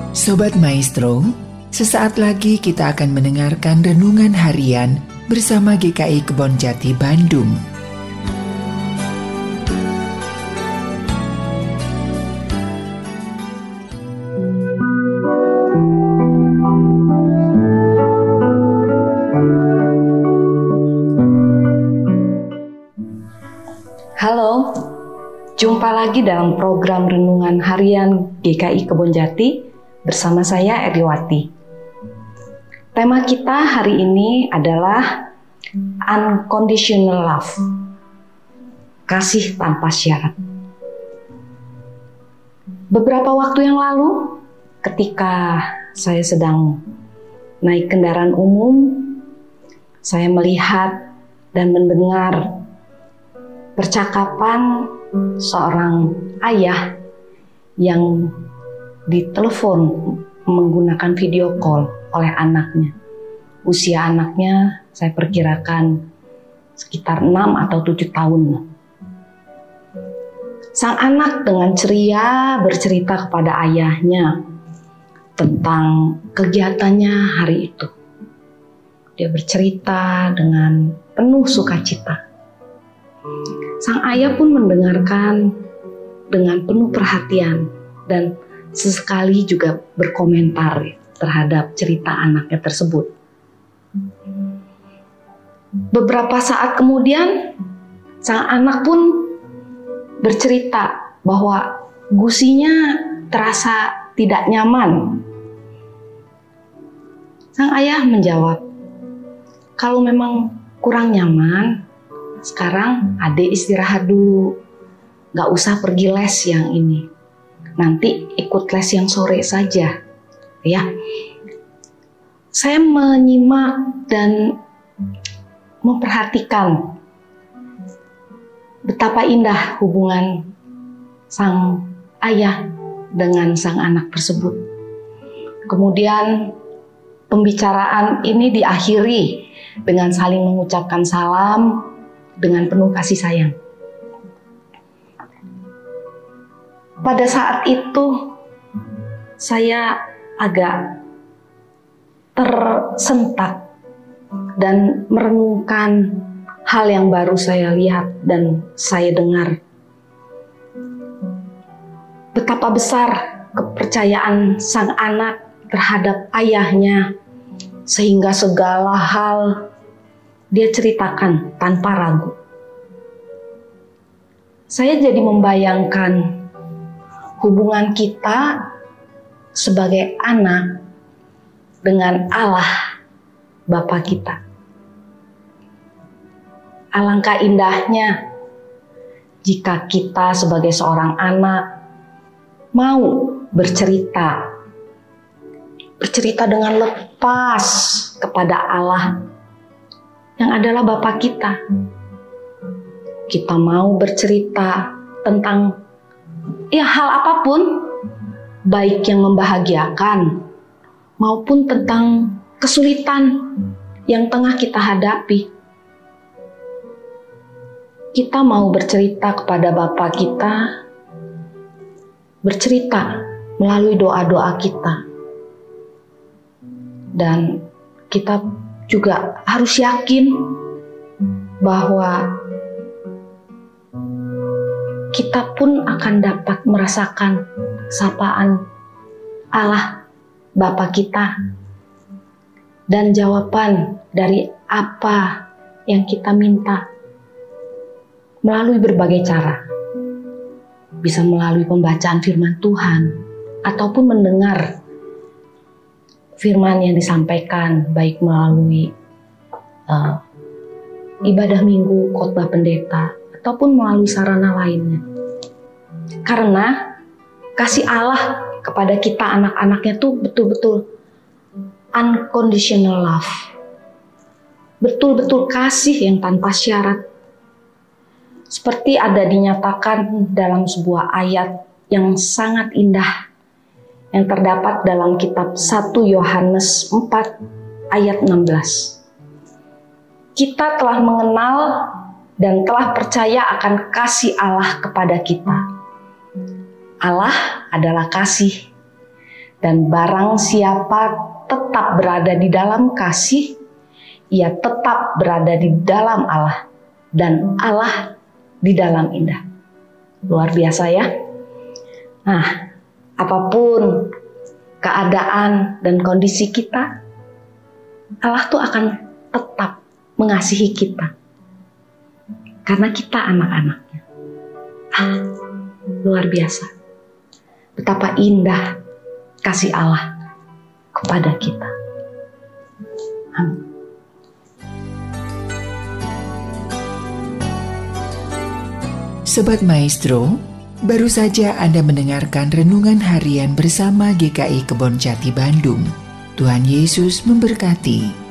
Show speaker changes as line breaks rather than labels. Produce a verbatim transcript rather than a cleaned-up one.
Sobat Maestro, sesaat lagi kita akan mendengarkan renungan harian bersama G K I Kebonjati Bandung.
Halo, jumpa lagi dalam program Renungan Harian G K I Kebonjati bersama saya Eriwati. Tema kita hari ini adalah Unconditional Love, kasih tanpa syarat. Beberapa waktu yang lalu, ketika saya sedang naik kendaraan umum, saya melihat dan mendengar percakapan seorang ayah yang ditelepon menggunakan video call oleh anaknya. Usia anaknya saya perkirakan sekitar enam atau tujuh tahun. Sang anak dengan ceria bercerita kepada ayahnya tentang kegiatannya hari itu. Dia bercerita dengan penuh sukacita. Sang ayah pun mendengarkan dengan penuh perhatian dan sesekali juga berkomentar terhadap cerita anaknya tersebut. Beberapa saat kemudian, sang anak pun bercerita bahwa gusinya terasa tidak nyaman. Sang ayah menjawab, "Kalau memang kurang nyaman, sekarang adik istirahat dulu, gak usah pergi les yang ini. Nanti ikut les yang sore saja." Ya, saya menyimak dan memperhatikan betapa indah hubungan sang ayah dengan sang anak tersebut. Kemudian pembicaraan ini diakhiri dengan saling mengucapkan salam dengan penuh kasih sayang. Pada saat itu saya agak tersentak dan merenungkan hal yang baru saya lihat dan saya dengar. Betapa besar kepercayaan sang anak terhadap ayahnya sehingga segala hal dia ceritakan tanpa ragu. Saya jadi membayangkan hubungan kita sebagai anak dengan Allah, Bapa kita. Alangkah indahnya jika kita sebagai seorang anak mau bercerita, bercerita dengan lepas kepada Allah yang adalah Bapa kita. Kita mau bercerita tentang ya hal apapun, baik yang membahagiakan maupun tentang kesulitan yang tengah kita hadapi. Kita mau bercerita kepada Bapa kita, bercerita melalui doa-doa kita. Dan kita juga harus yakin bahwa kita pun akan dapat merasakan sapaan Allah Bapa kita dan jawaban dari apa yang kita minta melalui berbagai cara. Bisa melalui pembacaan firman Tuhan ataupun mendengar firman yang disampaikan, baik melalui uh, ibadah minggu, khotbah pendeta, ataupun melalui sarana lainnya. Karena kasih Allah kepada kita anak-anaknya tuh betul-betul unconditional love. Betul-betul kasih yang tanpa syarat. Seperti ada dinyatakan dalam sebuah ayat yang sangat indah yang terdapat dalam kitab satu Yohanes empat ayat enam belas. Kita telah mengenal dan telah percaya akan kasih Allah kepada kita. Allah adalah kasih, Dan barang siapa tetap berada di dalam kasih, ia tetap berada di dalam Allah, dan Allah di dalam indah. Luar biasa ya. Nah, apapun keadaan dan kondisi kita, Allah tuh akan tetap mengasihi kita. Karena kita anak-anaknya. Ah, luar biasa. Betapa indah kasih Allah kepada kita. Amin.
Sobat Maestro, baru saja Anda mendengarkan renungan harian bersama G K I Kebon Jati Bandung. Tuhan Yesus memberkati.